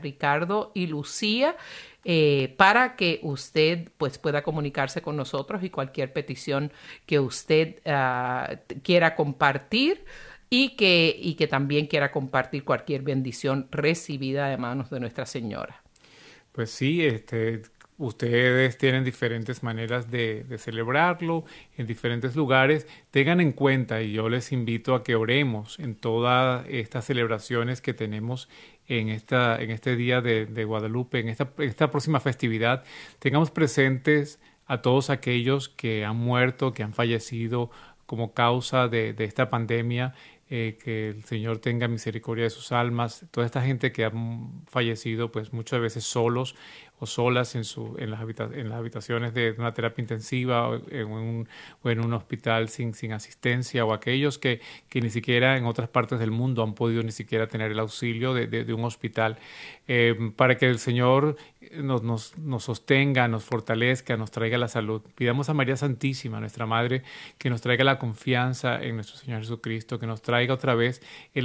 para que usted pues pueda comunicarse con nosotros y cualquier petición que usted quiera compartir. y que también quiera compartir cualquier bendición recibida de manos de Nuestra Señora. Pues sí, ustedes tienen diferentes maneras de celebrarlo en diferentes lugares. Tengan en cuenta, y yo les invito a que oremos en todas estas celebraciones que tenemos en este día de Guadalupe, en esta próxima festividad. Tengamos presentes a todos aquellos que han muerto, que han fallecido como causa de esta pandemia. Que el Señor tenga misericordia de sus almas. Toda esta gente que ha fallecido, pues muchas veces solos o solas en las habitaciones de una terapia intensiva o en un hospital sin asistencia, o aquellos que ni siquiera en otras partes del mundo han podido ni siquiera tener el auxilio de un hospital, para que el Señor nos sostenga, nos fortalezca, nos traiga la salud. Pidamos a María Santísima, nuestra Madre, que nos traiga la confianza en nuestro Señor Jesucristo, que nos traiga otra vez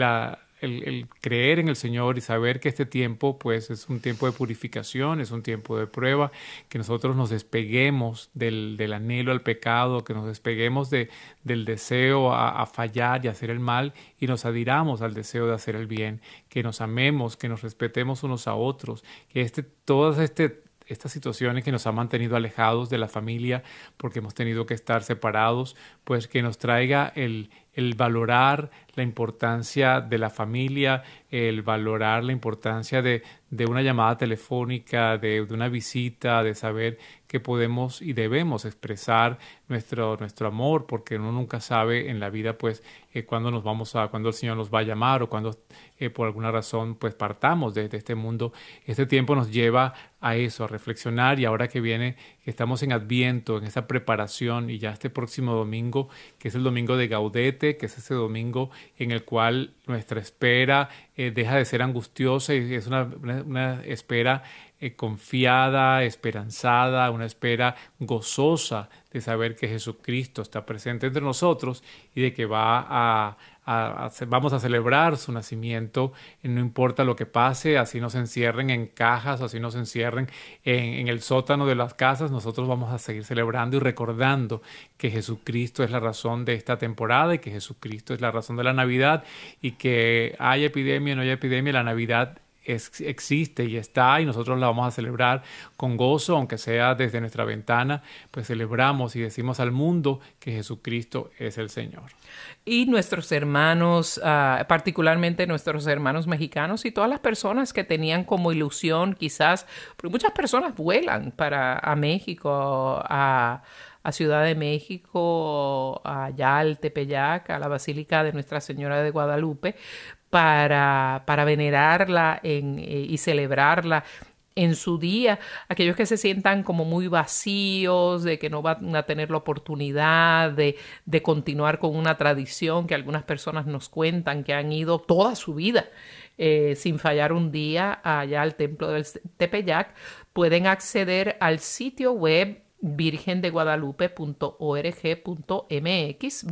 el creer en el Señor y saber que este tiempo pues es un tiempo de purificación, es un tiempo de prueba, que nosotros nos despeguemos del anhelo al pecado, que nos despeguemos del deseo a fallar y hacer el mal y nos adhiramos al deseo de hacer el bien, que nos amemos, que nos respetemos unos a otros, que todas estas situaciones que nos han mantenido alejados de la familia porque hemos tenido que estar separados, pues que nos traiga el valorar la importancia de la familia, el valorar la importancia de una llamada telefónica, de una visita, de saber que podemos y debemos expresar nuestro amor, porque uno nunca sabe en la vida pues cuándo el Señor nos va a llamar, o cuándo por alguna razón pues partamos de este mundo. Este tiempo nos lleva a eso, a reflexionar, y ahora que viene, que estamos en Adviento, en esa preparación, y ya este próximo domingo, que es el domingo de Gaudete, que es ese domingo en el cual nuestra espera deja de ser angustiosa y es una espera confiada, esperanzada, una espera gozosa de saber que Jesucristo está presente entre nosotros y de que vamos a celebrar su nacimiento, no importa lo que pase, así nos encierren en cajas, así nos encierren en el sótano de las casas, nosotros vamos a seguir celebrando y recordando que Jesucristo es la razón de esta temporada y que Jesucristo es la razón de la Navidad, y que haya epidemia o no haya epidemia, la Navidad existe y está, y nosotros la vamos a celebrar con gozo, aunque sea desde nuestra ventana, pues celebramos y decimos al mundo que Jesucristo es el Señor. Y nuestros hermanos, particularmente nuestros hermanos mexicanos y todas las personas que tenían como ilusión, quizás, porque muchas personas vuelan a México, a Ciudad de México, allá al Tepeyac, a la Basílica de Nuestra Señora de Guadalupe, para venerarla y celebrarla en su día. Aquellos que se sientan como muy vacíos, de que no van a tener la oportunidad de continuar con una tradición que algunas personas nos cuentan que han ido toda su vida sin fallar un día allá al templo del Tepeyac, pueden acceder al sitio web virgendeguadalupe.org.mx,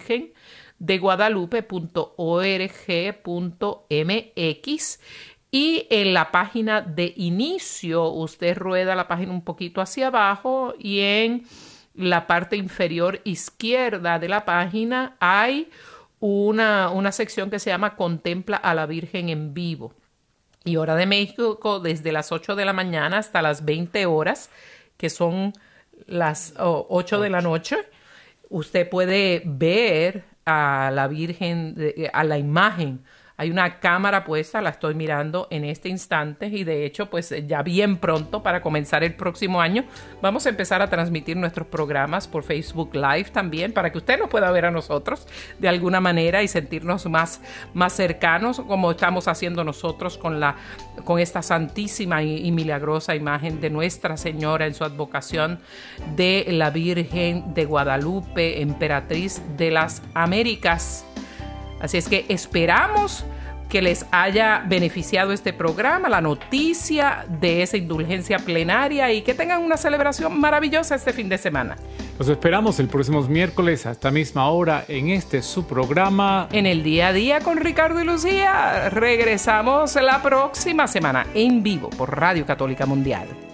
virgendeguadalupe.org.mx, y en la página de inicio usted rueda la página un poquito hacia abajo y en la parte inferior izquierda de la página hay una sección que se llama Contempla a la Virgen en vivo. Y Hora de México desde las 8 de la mañana hasta las 20 horas, que son las 8 de la noche, usted puede ver a la Virgen, a la imagen. Hay una cámara puesta, la estoy mirando en este instante, y de hecho pues ya bien pronto, para comenzar el próximo año, vamos a empezar a transmitir nuestros programas por Facebook Live también, para que usted nos pueda ver a nosotros de alguna manera y sentirnos más cercanos, como estamos haciendo nosotros con esta santísima y milagrosa imagen de Nuestra Señora en su advocación de la Virgen de Guadalupe, emperatriz de las Américas. Así es que esperamos que les haya beneficiado este programa, la noticia de esa indulgencia plenaria, y que tengan una celebración maravillosa este fin de semana. Los esperamos el próximo miércoles a esta misma hora en su programa En el Día a Día con Ricardo y Lucía. Regresamos la próxima semana en vivo por Radio Católica Mundial.